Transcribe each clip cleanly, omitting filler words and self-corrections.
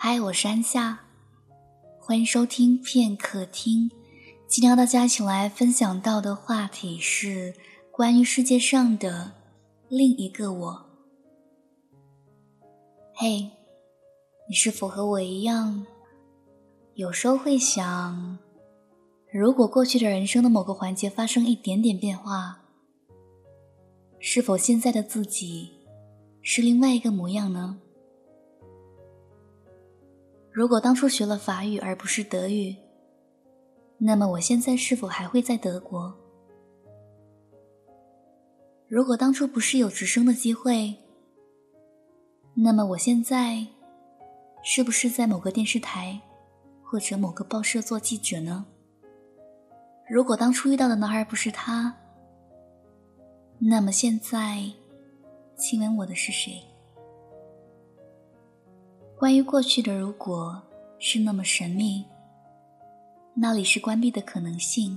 嗨，我是安夏，欢迎收听片刻听。今天和大家一起来分享到的话题是关于世界上的另一个我。嘿，你是否和我一样，有时候会想，如果过去的人生的某个环节发生一点点变化，是否现在的自己是另外一个模样呢？如果当初学了法语而不是德语，那么我现在是否还会在德国？如果当初不是有直升的机会，那么我现在是不是在某个电视台或者某个报社做记者呢？如果当初遇到的男孩不是他，那么现在亲吻我的是谁？关于过去的如果是那么神秘，那里是关闭的可能性。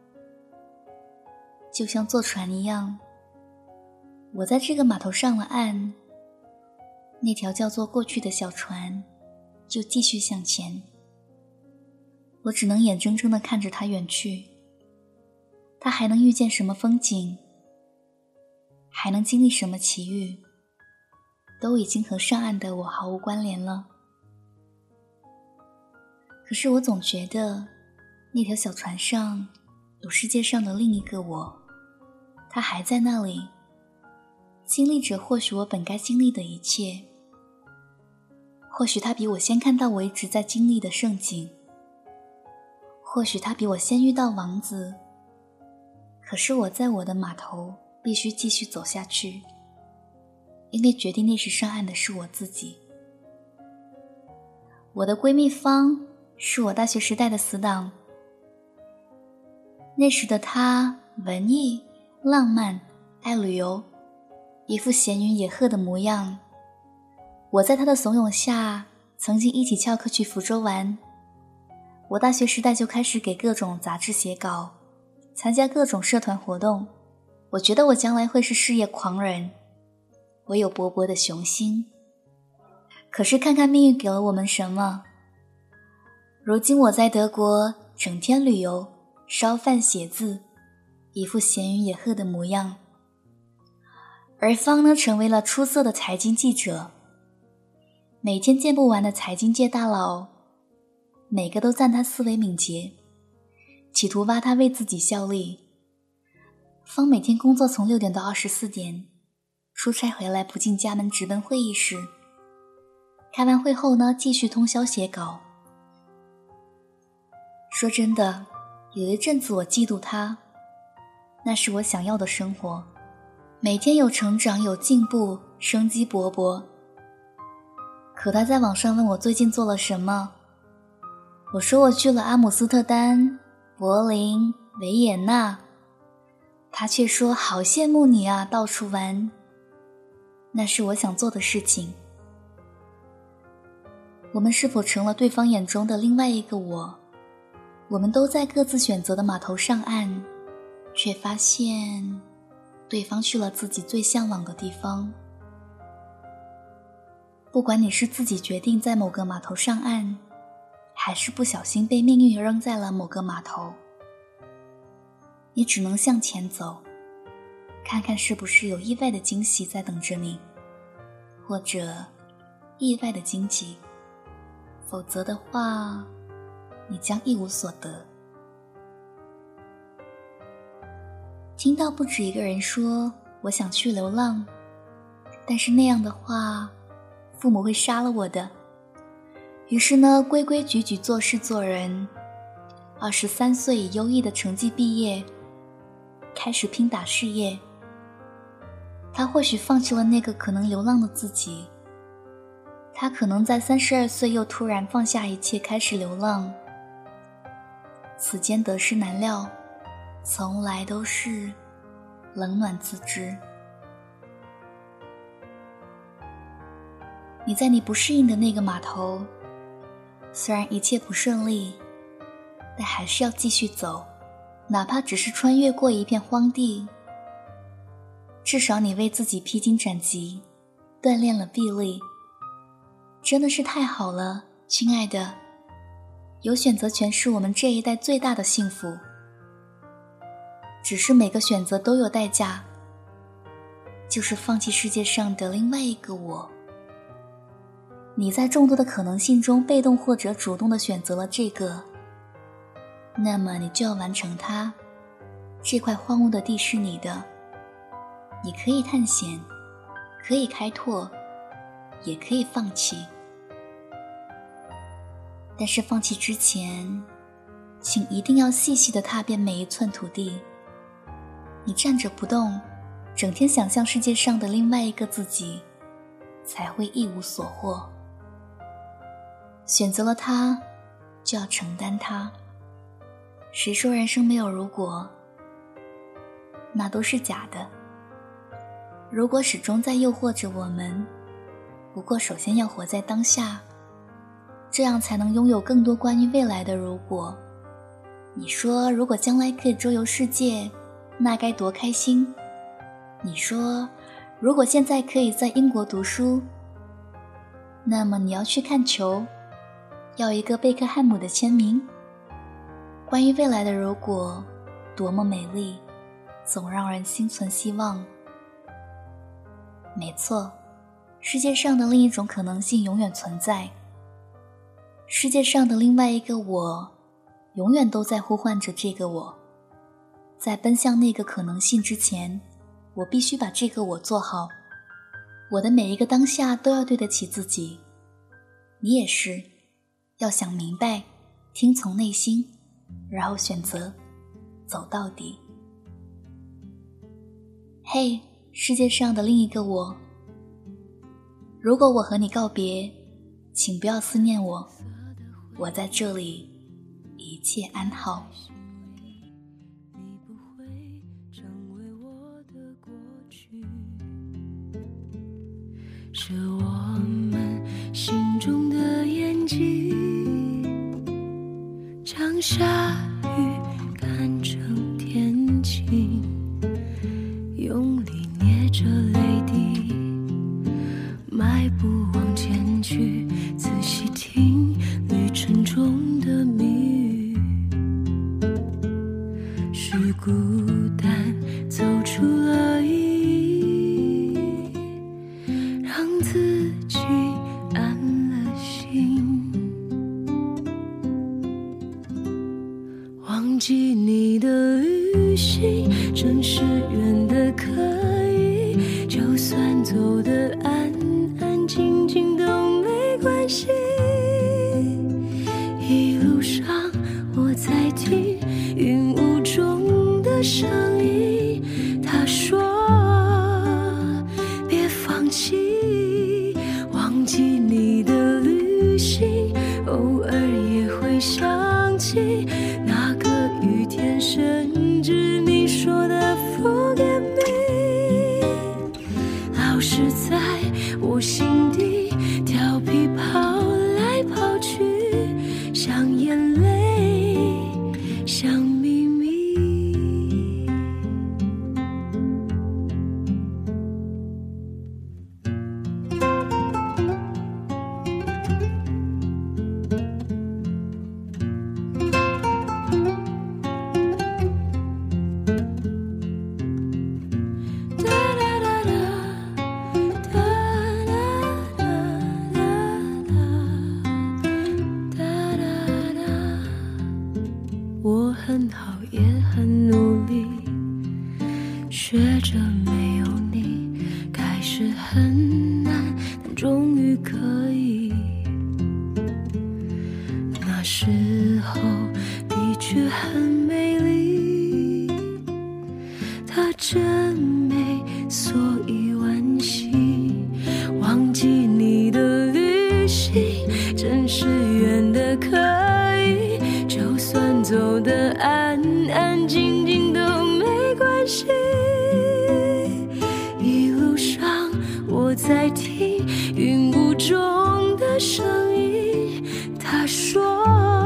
就像坐船一样，我在这个码头上了岸，那条叫做过去的小船就继续向前，我只能眼睁睁地看着它远去。它还能遇见什么风景，还能经历什么奇遇，都已经和上岸的我毫无关联了。可是我总觉得那条小船上有世界上的另一个我，他还在那里，经历着或许我本该经历的一切。或许他比我先看到我一直在经历的盛景，或许他比我先遇到王子，可是我在我的码头必须继续走下去，因为决定那时上岸的是我自己。我的闺蜜方是我大学时代的死党，那时的她文艺、浪漫、爱旅游，一副闲云野鹤的模样。我在她的怂恿下曾经一起翘课去福州玩。我大学时代就开始给各种杂志写稿，参加各种社团活动。我觉得我将来会是事业狂人，我有勃勃的雄心。可是看看命运给了我们什么。如今我在德国整天旅游，烧饭写字，一副闲云野鹤的模样。而方呢，成为了出色的财经记者，每天见不完的财经界大佬，每个都赞他思维敏捷，企图挖他为自己效力。方每天工作从6点到24点，出差回来不进家门直奔会议室，开完会后呢，继续通宵写稿。说真的，有一阵子我嫉妒他，那是我想要的生活，每天有成长，有进步，生机勃勃。可他在网上问我最近做了什么，我说我去了阿姆斯特丹、柏林、维也纳，他却说好羡慕你啊，到处玩。那是我想做的事情。我们是否成了对方眼中的另外一个我？我们都在各自选择的码头上岸，却发现对方去了自己最向往的地方。不管你是自己决定在某个码头上岸，还是不小心被命运扔在了某个码头，你只能向前走，看看是不是有意外的惊喜在等着你，或者意外的荆棘，否则的话你将一无所得。听到不止一个人说我想去流浪，但是那样的话父母会杀了我的。于是呢，规规矩矩做事做人，23岁以优异的成绩毕业，开始拼打事业。他或许放弃了那个可能流浪的自己，他可能在32岁又突然放下一切开始流浪。此间得失难料，从来都是冷暖自知。你在你不适应的那个码头，虽然一切不顺利，但还是要继续走，哪怕只是穿越过一片荒地，至少你为自己披荆斩棘，锻炼了臂力，真的是太好了， 亲爱的，有选择权是我们这一代最大的幸福，只是每个选择都有代价，就是放弃世界上的另外一个我。你在众多的可能性中被动或者主动地选择了这个，那么你就要完成它。这块荒芜的地是你的，你可以探险，可以开拓，也可以放弃。但是放弃之前，请一定要细细地踏遍每一寸土地。你站着不动，整天想象世界上的另外一个自己，才会一无所获。选择了它，就要承担它。谁说人生没有如果？那都是假的。如果始终在诱惑着我们，不过首先要活在当下，这样才能拥有更多关于未来的如果。你说如果将来可以周游世界，那该多开心。你说如果现在可以在英国读书，那么你要去看球，要一个贝克汉姆的签名。关于未来的如果多么美丽，总让人心存希望。没错，世界上的另一种可能性永远存在，世界上的另外一个我永远都在呼唤着这个我。在奔向那个可能性之前，我必须把这个我做好。我的每一个当下都要对得起自己，你也是，要想明白，听从内心，然后选择走到底。嘿，世界上的另一个我，如果我和你告别，请不要思念我，我在这里一切安好。 是我们心中的眼睛，将下雨看成天晴，用力捏着泪滴，迈步往前去，仔细听旅程中的谜语，是孤单走出了意义，让自己安了心。忘记你的旅行，真是远的可以，就算走得安安静静都没关系。一路上我在听云雾中的声音，他说别放弃。忘记你的旅行，偶尔也会想起那个雨天，甚至你说的 Forget me。 老是在我心底调皮跑来跑去，像眼泪，像秘密。我很好也很努力，学着没有你开始很难，但终于可以。那时候的确很美丽，它真美，所以惋惜。忘记你的旅行，真是远的可以，就算走得安安静静都没关系。一路上我在听云雾中的声音，他说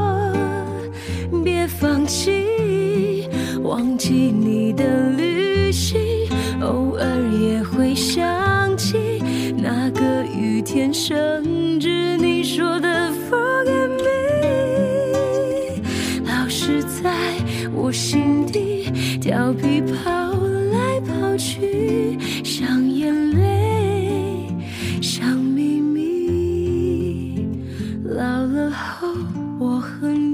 别放弃。忘记你的旅行，偶尔也会想起那个雨天，甚至你说的心底，调皮跑来跑去，像眼泪，像秘密。老了后，我和你